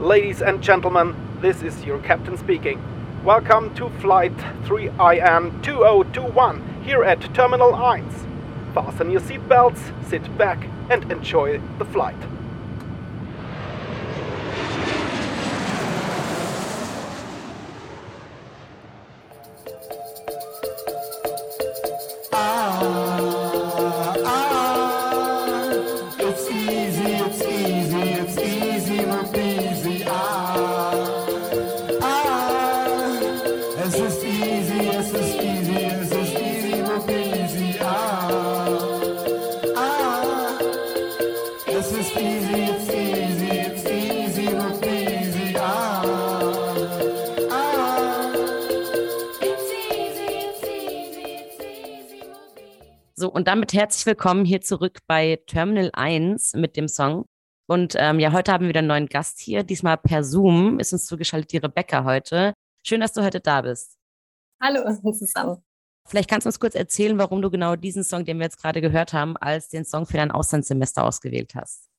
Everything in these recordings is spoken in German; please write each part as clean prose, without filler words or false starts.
Ladies and gentlemen, this is your captain speaking. Welcome to Flight 3IN 2021 here at Terminal 1. Fasten your seatbelts, sit back and enjoy the flight. So, und damit herzlich willkommen hier zurück bei Terminal 1 mit dem Song. Und heute haben wir wieder einen neuen Gast hier. Diesmal per Zoom ist uns zugeschaltet die Rebecca heute. Schön, dass du heute da bist. Hallo zusammen. Vielleicht kannst du uns kurz erzählen, warum du genau diesen Song, den wir jetzt gerade gehört haben, als den Song für dein Auslandssemester ausgewählt hast.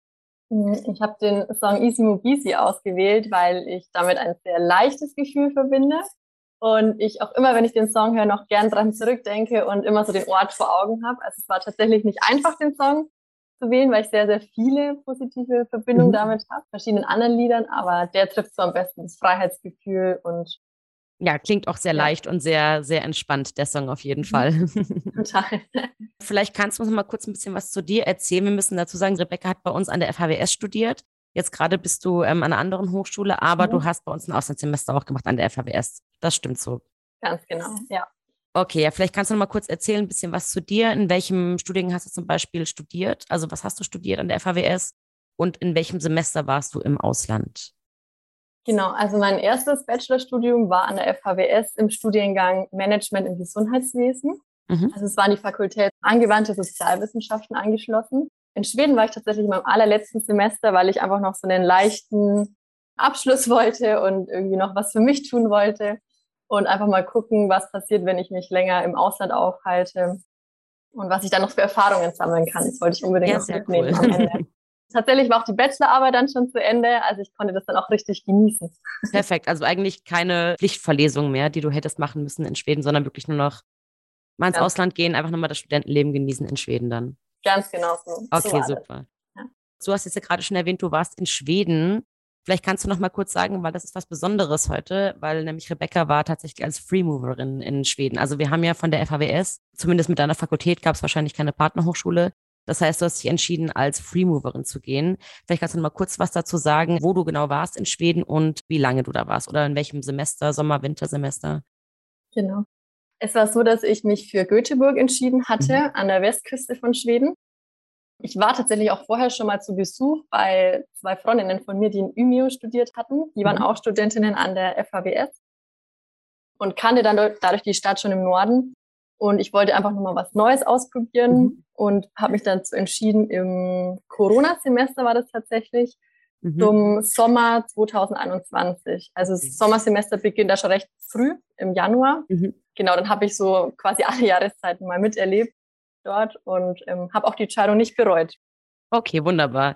Ich habe den Song Easy Mo Beasy ausgewählt, weil ich damit ein sehr leichtes Gefühl verbinde. Und ich auch immer, wenn ich den Song höre, noch gern dran zurückdenke und immer so den Ort vor Augen habe. Also es war tatsächlich nicht einfach, den Song zu wählen, weil ich sehr, sehr viele positive Verbindungen damit habe, verschiedenen anderen Liedern, aber der trifft so am besten das Freiheitsgefühl und ja, klingt auch sehr leicht und sehr, sehr entspannt, der Song auf jeden Fall. Total. Vielleicht kannst du uns mal kurz ein bisschen was zu dir erzählen. Wir müssen dazu sagen, Rebecca hat bei uns an der FHWS studiert. Jetzt gerade bist du an einer anderen Hochschule, aber du hast bei uns ein Auslandssemester auch gemacht an der FHWS. Das stimmt so. Ganz genau, ja. Okay, ja, vielleicht kannst du noch mal kurz erzählen, ein bisschen was zu dir. In welchem Studiengang hast du zum Beispiel studiert? Also was hast du studiert an der FHWS? Und in welchem Semester warst du im Ausland? Genau, also mein erstes Bachelorstudium war an der FHWS im Studiengang Management im Gesundheitswesen. Also es war an die Fakultät Angewandte Sozialwissenschaften angeschlossen. In Schweden war ich tatsächlich in meinem allerletzten Semester, weil ich einfach noch so einen leichten Abschluss wollte und irgendwie noch was für mich tun wollte und einfach mal gucken, was passiert, wenn ich mich länger im Ausland aufhalte und was ich dann noch für Erfahrungen sammeln kann. Das wollte ich unbedingt noch mitnehmen am Ende. Tatsächlich war auch die Bachelorarbeit dann schon zu Ende, also ich konnte das dann auch richtig genießen. Perfekt, also eigentlich keine Pflichtverlesung mehr, die du hättest machen müssen in Schweden, sondern wirklich nur noch mal ins Ausland gehen, einfach nochmal das Studentenleben genießen in Schweden dann. Ganz genau so. Okay, super. Ja. Du hast jetzt ja gerade schon erwähnt, du warst in Schweden. Vielleicht kannst du noch mal kurz sagen, weil das ist was Besonderes heute, weil nämlich Rebecca war tatsächlich als Freemoverin in Schweden. Also wir haben ja von der FHWS, zumindest mit deiner Fakultät gab es wahrscheinlich keine Partnerhochschule. Das heißt, du hast dich entschieden, als Freemoverin zu gehen. Vielleicht kannst du noch mal kurz was dazu sagen, wo du genau warst in Schweden und wie lange du da warst oder in welchem Semester, Sommer-, Wintersemester. Genau. Es war so, dass ich mich für Göteborg entschieden hatte, an der Westküste von Schweden. Ich war tatsächlich auch vorher schon mal zu Besuch bei 2 Freundinnen von mir, die in Umeå studiert hatten. Die waren auch Studentinnen an der FHWS und kannte dann dadurch die Stadt schon im Norden. Und ich wollte einfach nochmal was Neues ausprobieren und habe mich dazu entschieden, im Corona-Semester war das tatsächlich, zum Sommer 2021. Also das Sommersemester beginnt da schon recht früh, im Januar. Genau, dann habe ich so quasi alle Jahreszeiten mal miterlebt dort und habe auch die Entscheidung nicht bereut. Okay, wunderbar.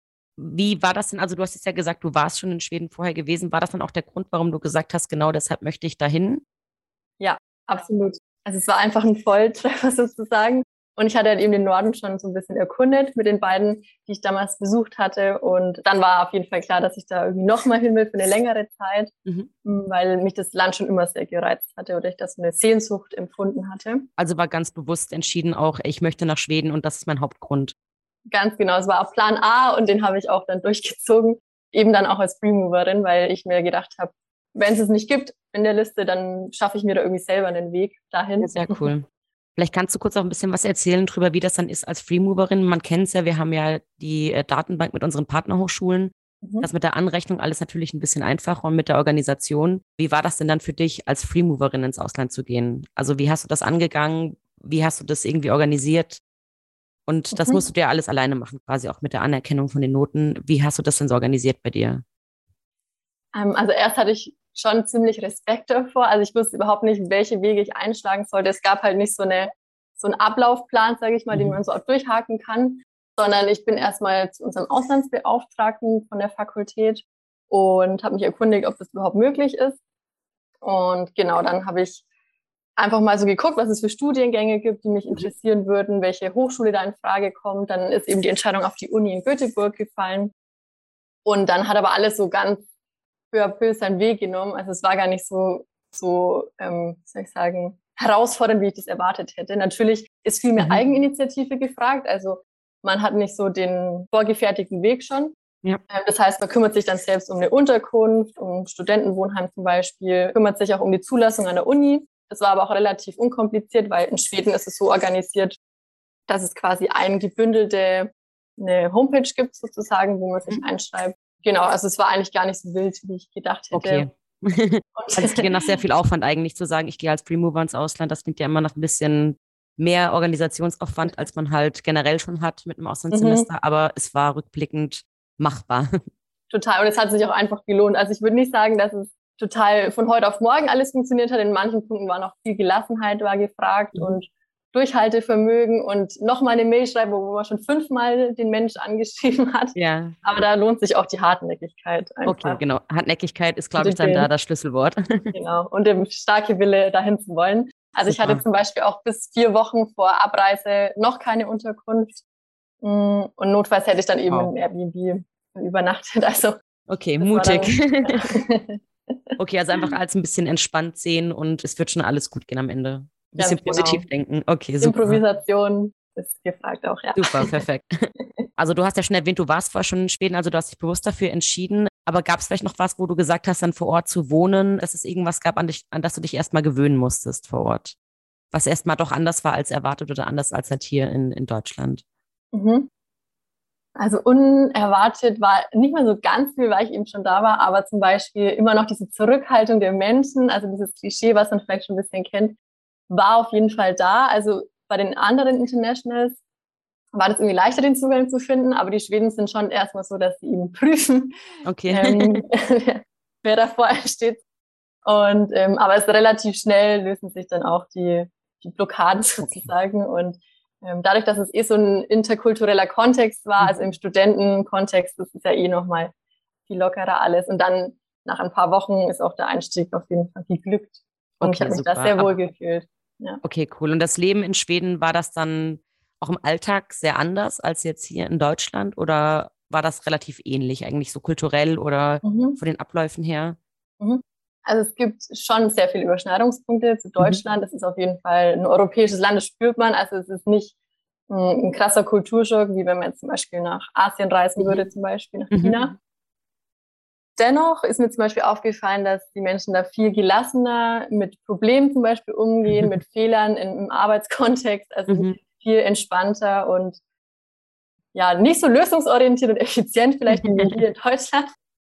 Wie war das denn? Also du hast jetzt ja gesagt, du warst schon in Schweden vorher gewesen. War das dann auch der Grund, warum du gesagt hast, genau deshalb möchte ich dahin? Ja, absolut. Also es war einfach ein Volltreffer sozusagen. Und ich hatte halt eben den Norden schon so ein bisschen erkundet mit den beiden, die ich damals besucht hatte. Und dann war auf jeden Fall klar, dass ich da irgendwie nochmal hin will für eine längere Zeit, weil mich das Land schon immer sehr gereizt hatte oder ich das so eine Sehnsucht empfunden hatte. Also war ganz bewusst entschieden auch, ich möchte nach Schweden und das ist mein Hauptgrund. Ganz genau, es war auch Plan A und den habe ich auch dann durchgezogen, eben dann auch als Freemoverin, weil ich mir gedacht habe, wenn es nicht gibt in der Liste, dann schaffe ich mir da irgendwie selber einen Weg dahin. Ja, sehr cool. Vielleicht kannst du kurz auch ein bisschen was erzählen darüber, wie das dann ist als Freemoverin. Man kennt es ja, wir haben ja die Datenbank mit unseren Partnerhochschulen. Das mit der Anrechnung alles natürlich ein bisschen einfacher und mit der Organisation. Wie war das denn dann für dich, als Freemoverin ins Ausland zu gehen? Also wie hast du das angegangen? Wie hast du das irgendwie organisiert? Und das musst du dir alles alleine machen, quasi auch mit der Anerkennung von den Noten. Wie hast du das denn so organisiert bei dir? Also erst hatte ich schon ziemlich Respekt davor. Also ich wusste überhaupt nicht, welche Wege ich einschlagen sollte. Es gab halt nicht so einen Ablaufplan, sage ich mal, den man so auch durchhaken kann, sondern ich bin erstmal zu unserem Auslandsbeauftragten von der Fakultät und habe mich erkundigt, ob das überhaupt möglich ist. Und genau, dann habe ich einfach mal so geguckt, was es für Studiengänge gibt, die mich interessieren würden, welche Hochschule da in Frage kommt. Dann ist eben die Entscheidung auf die Uni in Göteborg gefallen. Und dann hat aber alles so ganz peu à peu seinen Weg genommen. Also es war gar nicht so wie soll ich sagen, herausfordernd, wie ich das erwartet hätte. Natürlich ist viel mehr Eigeninitiative gefragt. Also man hat nicht so den vorgefertigten Weg schon. Ja. Das heißt, man kümmert sich dann selbst um eine Unterkunft, um ein Studentenwohnheim zum Beispiel, kümmert sich auch um die Zulassung an der Uni. Das war aber auch relativ unkompliziert, weil in Schweden ist es so organisiert, dass es quasi eine Homepage gibt sozusagen, wo man sich einschreibt. Genau, also es war eigentlich gar nicht so wild, wie ich gedacht hätte. Okay. Also es klingt nach sehr viel Aufwand eigentlich zu sagen, ich gehe als Pre-Mover ins Ausland. Das klingt ja immer nach ein bisschen mehr Organisationsaufwand, als man halt generell schon hat mit einem Auslandssemester. Aber es war rückblickend machbar. Total. Und es hat sich auch einfach gelohnt. Also ich würde nicht sagen, dass es total von heute auf morgen alles funktioniert hat. In manchen Punkten war noch viel Gelassenheit war gefragt und Durchhaltevermögen und nochmal eine Mail schreiben, wo man schon 5-mal den Mensch angeschrieben hat. Ja. Aber da lohnt sich auch die Hartnäckigkeit einfach. Okay, genau. Hartnäckigkeit ist, glaube ich, dann da das Schlüsselwort. Genau. Und der starke Wille, dahin zu wollen. Also ich hatte zum Beispiel auch bis 4 Wochen vor Abreise noch keine Unterkunft. Und notfalls hätte ich dann eben in Airbnb übernachtet. Also okay, mutig. Okay, also einfach alles ein bisschen entspannt sehen und es wird schon alles gut gehen am Ende. Ein bisschen positiv denken. Okay, super. Improvisation ist gefragt auch, ja. Super, perfekt. Also du hast ja schon erwähnt, du warst vorher schon in Schweden, also du hast dich bewusst dafür entschieden. Aber gab es vielleicht noch was, wo du gesagt hast, dann vor Ort zu wohnen, dass es irgendwas gab, an das du dich erstmal gewöhnen musstest vor Ort? Was erstmal doch anders war als erwartet oder anders als halt hier in Deutschland? Also unerwartet war nicht mal so ganz viel, weil ich eben schon da war, aber zum Beispiel immer noch diese Zurückhaltung der Menschen, also dieses Klischee, was man vielleicht schon ein bisschen kennt, war auf jeden Fall da. Also bei den anderen Internationals war das irgendwie leichter, den Zugang zu finden, aber die Schweden sind schon erstmal so, dass sie eben prüfen, wer da vor einem steht. Und aber es relativ schnell lösen sich dann auch die Blockaden sozusagen. Und dadurch, dass es so ein interkultureller Kontext war, also im Studentenkontext, das ist ja nochmal viel lockerer alles. Und dann nach ein paar Wochen ist auch der Einstieg auf jeden Fall geglückt. Und ich habe mich da sehr wohl gefühlt. Ja. Okay, cool. Und das Leben in Schweden, war das dann auch im Alltag sehr anders als jetzt hier in Deutschland? Oder war das relativ ähnlich, eigentlich so kulturell oder von den Abläufen her? Also es gibt schon sehr viele Überschneidungspunkte zu Deutschland. Das ist auf jeden Fall ein europäisches Land, das spürt man. Also es ist nicht ein krasser Kulturschock, wie wenn man jetzt zum Beispiel nach Asien reisen würde, zum Beispiel nach China. Dennoch ist mir zum Beispiel aufgefallen, dass die Menschen da viel gelassener mit Problemen zum Beispiel umgehen, mit Fehlern im Arbeitskontext, also viel entspannter und ja, nicht so lösungsorientiert und effizient vielleicht wie hier in Deutschland.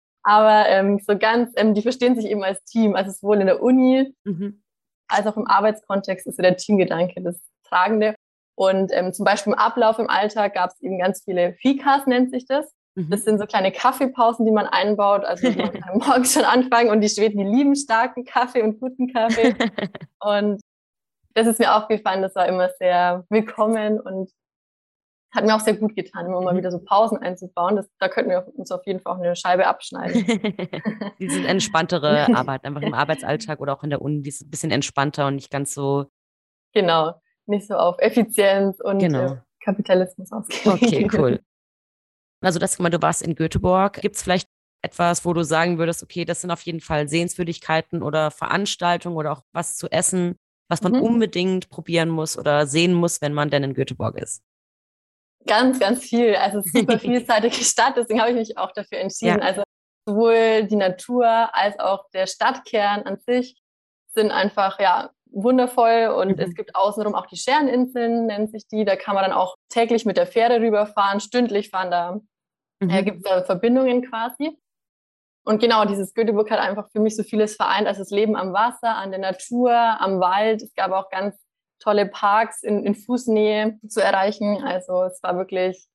Aber so ganz, die verstehen sich eben als Team, also sowohl in der Uni als auch im Arbeitskontext ist so der Teamgedanke das Tragende. Und zum Beispiel im Ablauf im Alltag gab es eben ganz viele Fikas, nennt sich das. Das sind so kleine Kaffeepausen, die man einbaut. Also man kann morgens schon anfangen und die Schweden, die lieben starken Kaffee und guten Kaffee. Und das ist mir aufgefallen, das war immer sehr willkommen und hat mir auch sehr gut getan, immer mal wieder so Pausen einzubauen. Da könnten wir uns auf jeden Fall auch eine Scheibe abschneiden. Diese entspanntere Arbeit, einfach im Arbeitsalltag oder auch in der Uni, die ist ein bisschen entspannter und nicht ganz so... Genau, nicht so auf Effizienz und Kapitalismus ausgelegt. Okay, cool. Also du warst in Göteborg. Gibt es vielleicht etwas, wo du sagen würdest, okay, das sind auf jeden Fall Sehenswürdigkeiten oder Veranstaltungen oder auch was zu essen, was man unbedingt probieren muss oder sehen muss, wenn man denn in Göteborg ist? Ganz, ganz viel. Also es ist eine super vielseitige Stadt, deswegen habe ich mich auch dafür entschieden. Ja. Also sowohl die Natur als auch der Stadtkern an sich sind einfach wundervoll und es gibt außenrum auch die Scherninseln, nennt sich die. Da kann man dann auch täglich mit der Fähre rüberfahren, stündlich fahren da. Gibt es da Verbindungen quasi. Und genau, dieses Göteborg hat einfach für mich so vieles vereint, also das Leben am Wasser, an der Natur, am Wald. Es gab auch ganz tolle Parks in Fußnähe zu erreichen. Also es war wirklich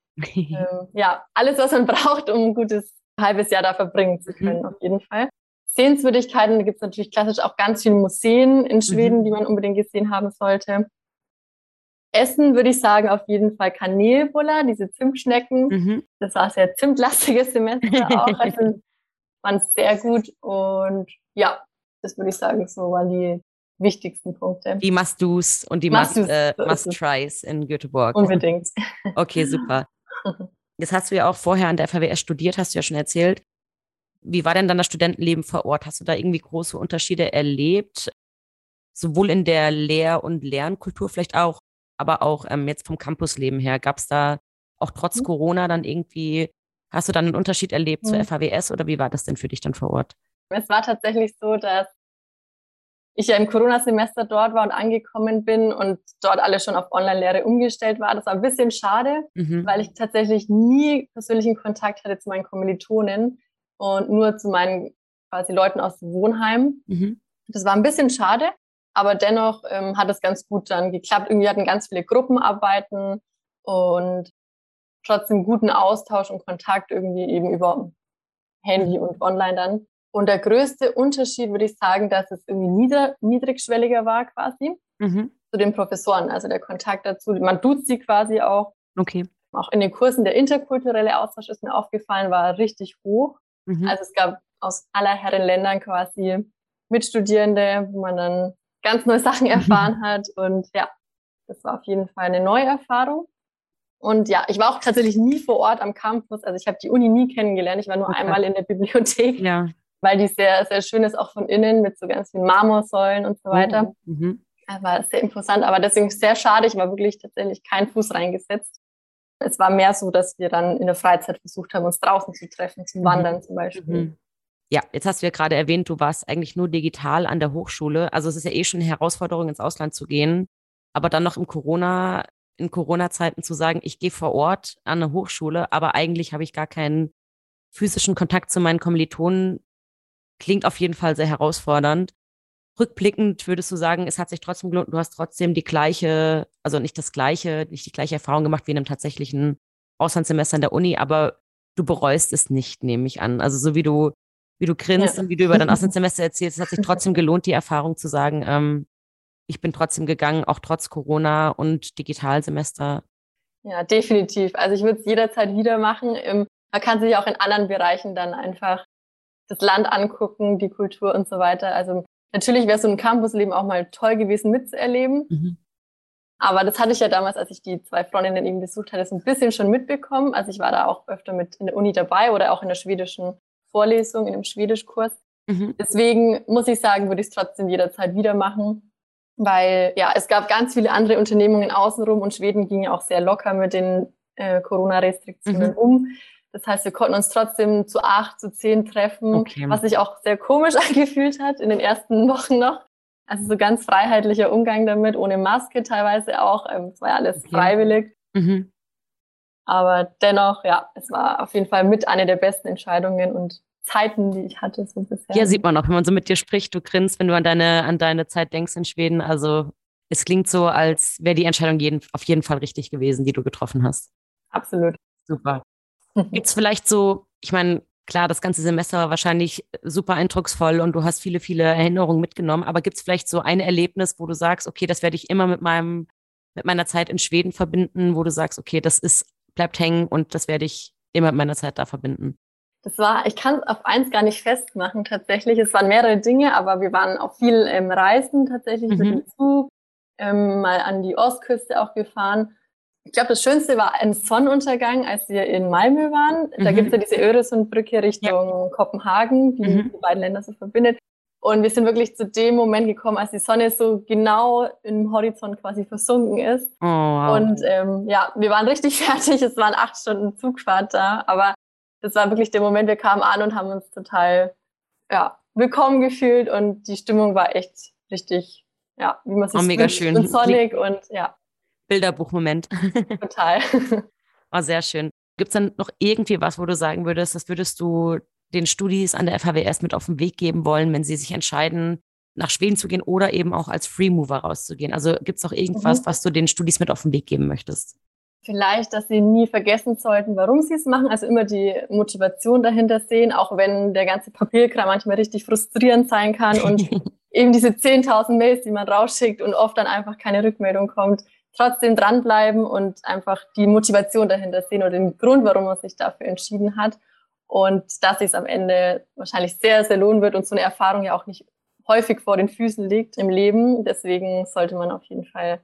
alles, was man braucht, um ein gutes halbes Jahr da verbringen zu können, auf jeden Fall. Sehenswürdigkeiten, da gibt es natürlich klassisch auch ganz viele Museen in Schweden, die man unbedingt gesehen haben sollte. Essen würde ich sagen, auf jeden Fall Kanelbuller, diese Zimtschnecken. Das war ein sehr zimtlastiges Semester auch. Also waren sehr gut und ja, das würde ich sagen, so waren die wichtigsten Punkte. Die Must-Dos und die Must-Tries in Göteborg. Unbedingt. Okay, super. Jetzt hast du ja auch vorher an der FAWS studiert, hast du ja schon erzählt. Wie war denn dann das Studentenleben vor Ort? Hast du da irgendwie große Unterschiede erlebt? Sowohl in der Lehr- und Lernkultur vielleicht auch, aber auch jetzt vom Campusleben her. Gab es da auch trotz Corona dann irgendwie, hast du dann einen Unterschied erlebt zur FAWS oder wie war das denn für dich dann vor Ort? Es war tatsächlich so, dass ich ja im Corona-Semester dort war und angekommen bin und dort alles schon auf Online-Lehre umgestellt war. Das war ein bisschen schade, weil ich tatsächlich nie persönlichen Kontakt hatte zu meinen Kommilitonen und nur zu meinen quasi Leuten aus dem Wohnheim. Das war ein bisschen schade, aber dennoch hat es ganz gut dann geklappt. Irgendwie hatten ganz viele Gruppenarbeiten und trotzdem guten Austausch und Kontakt irgendwie eben über Handy und online dann. Und der größte Unterschied, würde ich sagen, dass es irgendwie niedrigschwelliger war quasi zu den Professoren. Also der Kontakt dazu, man duzt sie quasi auch. Okay. Auch in den Kursen der interkulturelle Austausch ist mir aufgefallen, war richtig hoch. Also es gab aus aller Herren Ländern quasi Mitstudierende, wo man dann ganz neue Sachen erfahren hat. Und ja, das war auf jeden Fall eine neue Erfahrung. Und ja, ich war auch tatsächlich nie vor Ort am Campus. Also ich habe die Uni nie kennengelernt. Ich war nur einmal in der Bibliothek, weil die sehr, sehr schön ist, auch von innen mit so ganz vielen Marmorsäulen und so weiter. War sehr imposant, aber deswegen sehr schade. Ich war wirklich tatsächlich keinen Fuß reingesetzt. Es war mehr so, dass wir dann in der Freizeit versucht haben, uns draußen zu treffen, zum Wandern zum Beispiel. Ja, jetzt hast du ja gerade erwähnt, du warst eigentlich nur digital an der Hochschule. Also es ist ja eh schon eine Herausforderung, ins Ausland zu gehen. Aber dann noch in Corona-Zeiten zu sagen, ich gehe vor Ort an eine Hochschule, aber eigentlich habe ich gar keinen physischen Kontakt zu meinen Kommilitonen, klingt auf jeden Fall sehr herausfordernd. Rückblickend würdest du sagen, es hat sich trotzdem gelohnt, du hast trotzdem die gleiche Erfahrung gemacht wie in einem tatsächlichen Auslandssemester in der Uni, aber du bereust es nicht, nehme ich an. Also so wie du grinst und wie du über dein Auslandssemester erzählst, es hat sich trotzdem gelohnt, die Erfahrung zu sagen, ich bin trotzdem gegangen, auch trotz Corona und Digitalsemester. Ja, definitiv. Also ich würde es jederzeit wieder machen. Man kann sich auch in anderen Bereichen dann einfach das Land angucken, die Kultur und so weiter. Also natürlich wäre so ein Campusleben auch mal toll gewesen mitzuerleben. Aber das hatte ich ja damals, als ich die 2 Freundinnen eben besucht hatte, so ein bisschen schon mitbekommen. Also ich war da auch öfter mit in der Uni dabei oder auch in der schwedischen Vorlesung, in einem Schwedischkurs. Deswegen muss ich sagen, würde ich es trotzdem jederzeit wieder machen. Weil ja, es gab ganz viele andere Unternehmungen außenrum und Schweden ging ja auch sehr locker mit den Corona-Restriktionen um. Das heißt, wir konnten uns trotzdem zu 8, zu 10 treffen, was sich auch sehr komisch angefühlt hat in den ersten Wochen noch. Also so ganz freiheitlicher Umgang damit, ohne Maske teilweise auch. Es war ja alles freiwillig. Aber dennoch, ja, es war auf jeden Fall mit einer der besten Entscheidungen und Zeiten, die ich hatte so bisher. Ja, sieht man auch, wenn man so mit dir spricht, du grinst, wenn du an deine Zeit denkst in Schweden. Also es klingt so, als wäre die Entscheidung auf jeden Fall richtig gewesen, die du getroffen hast. Absolut. Super. Gibt es vielleicht so, ich meine, klar, das ganze Semester war wahrscheinlich super eindrucksvoll und du hast viele, viele Erinnerungen mitgenommen, aber gibt es vielleicht so ein Erlebnis, wo du sagst, okay, das werde ich immer mit meiner Zeit in Schweden verbinden, wo du sagst, okay, bleibt hängen und das werde ich immer mit meiner Zeit da verbinden? Ich kann es auf eins gar nicht festmachen tatsächlich. Es waren mehrere Dinge, aber wir waren auch viel Reisen tatsächlich mit dem Zug, mal an die Ostküste auch gefahren. Ich glaube, das Schönste war ein Sonnenuntergang, als wir in Malmö waren. Da gibt es ja diese Öresundbrücke Richtung Kopenhagen, die die beiden Länder so verbindet. Und wir sind wirklich zu dem Moment gekommen, als die Sonne so genau im Horizont quasi versunken ist. Oh, wow. Und wir waren richtig fertig. Es waren 8 Stunden Zugfahrt da, aber das war wirklich der Moment, wir kamen an und haben uns total willkommen gefühlt und die Stimmung war echt richtig, wie man sich mega schön. Und sonnig und Bilderbuchmoment. Total. Sehr schön. Gibt es dann noch irgendwie was, wo du sagen würdest, das würdest du den Studis an der FAWS mit auf den Weg geben wollen, wenn sie sich entscheiden, nach Schweden zu gehen oder eben auch als Freemover rauszugehen? Also gibt es noch irgendwas, was du den Studis mit auf den Weg geben möchtest? Vielleicht, dass sie nie vergessen sollten, warum sie es machen. Also immer die Motivation dahinter sehen, auch wenn der ganze Papierkram manchmal richtig frustrierend sein kann und eben diese 10.000 Mails, die man rausschickt und oft dann einfach keine Rückmeldung kommt, trotzdem dranbleiben und einfach die Motivation dahinter sehen oder den Grund, warum man sich dafür entschieden hat. und dass sich es am Ende wahrscheinlich sehr, sehr lohnen wird und so eine Erfahrung ja auch nicht häufig vor den Füßen liegt im Leben. Deswegen sollte man auf jeden Fall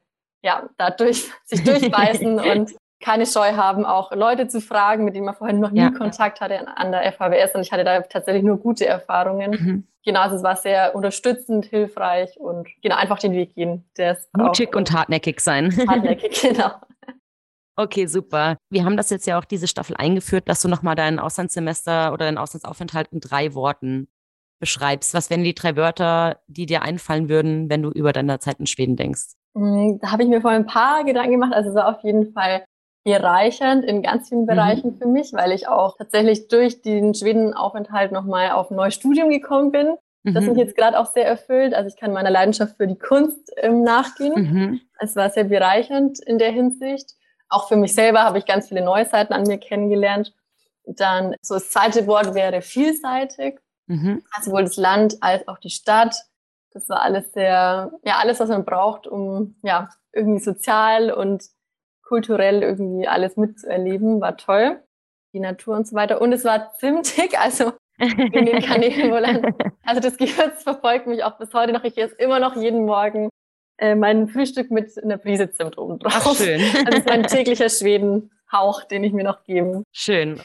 sich durchbeißen und keine Scheu haben, auch Leute zu fragen, mit denen man vorher noch nie Kontakt hatte an der FHWS. Und ich hatte da tatsächlich nur gute Erfahrungen. Genau, also es war sehr unterstützend, hilfreich und genau, einfach den Weg gehen. Mutig und hartnäckig sein. Hartnäckig, genau. Okay, super. Wir haben das jetzt ja auch diese Staffel eingeführt, dass du nochmal dein Auslandssemester oder deinen Auslandsaufenthalt in 3 Worten beschreibst. Was wären die 3 Wörter, die dir einfallen würden, wenn du über deine Zeit in Schweden denkst? Da habe ich mir vorhin ein paar Gedanken gemacht. Also es war auf jeden Fall bereichernd in ganz vielen Bereichen für mich, weil ich auch tatsächlich durch den Schwedenaufenthalt nochmal auf ein neues Studium gekommen bin, das mich jetzt gerade auch sehr erfüllt. Also ich kann meiner Leidenschaft für die Kunst nachgehen. Es war sehr bereichernd in der Hinsicht. Auch für mich selber habe ich ganz viele neue Seiten an mir kennengelernt. Dann so das zweite Wort wäre vielseitig. Also sowohl das Land als auch die Stadt. Das war alles alles, was man braucht, um irgendwie sozial und kulturell irgendwie alles mitzuerleben, war toll. Die Natur und so weiter. Und es war zimtig, also in den Kanälen. Also das Gewürz verfolgt mich auch bis heute noch. Ich esse immer noch jeden Morgen mein Frühstück mit einer Prise Zimt oben drauf. Ach, schön. Also das ist mein täglicher Schwedenhauch, den ich mir noch gebe. Schön.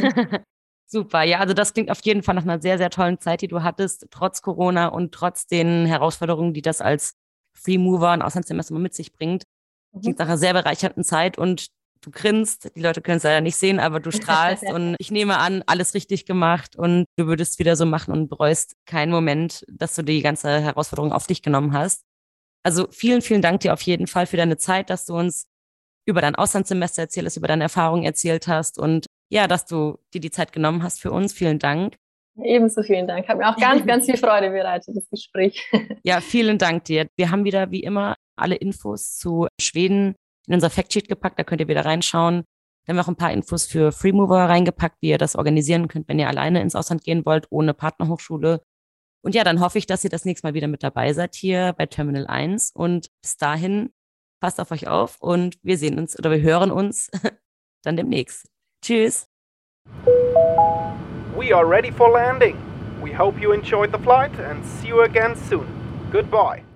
Super, ja, also das klingt auf jeden Fall nach einer sehr, sehr tollen Zeit, die du hattest, trotz Corona und trotz den Herausforderungen, die das als Free Mover ein Auslandssemester mit sich bringt. Klingt nach einer sehr bereichernden Zeit und du grinst, die Leute können es leider nicht sehen, aber du strahlst und ich nehme an, alles richtig gemacht und du würdest wieder so machen und bereust keinen Moment, dass du die ganze Herausforderung auf dich genommen hast. Also vielen, vielen Dank dir auf jeden Fall für deine Zeit, dass du uns über dein Auslandssemester erzählt hast, über deine Erfahrungen erzählt hast und ja, dass du dir die Zeit genommen hast für uns. Vielen Dank. Ebenso vielen Dank. Hat mir auch ganz, ganz viel Freude bereitet, das Gespräch. Ja, vielen Dank dir. Wir haben wieder, wie immer, alle Infos zu Schweden in unser Factsheet gepackt. Da könnt ihr wieder reinschauen. Dann haben wir auch ein paar Infos für Freemover reingepackt, wie ihr das organisieren könnt, wenn ihr alleine ins Ausland gehen wollt, ohne Partnerhochschule. Und ja, dann hoffe ich, dass ihr das nächste Mal wieder mit dabei seid hier bei Terminal 1. Und bis dahin, passt auf euch auf und wir sehen uns oder wir hören uns dann demnächst. Tschüss. We are ready for landing. We hope you enjoyed the flight and see you again soon. Goodbye.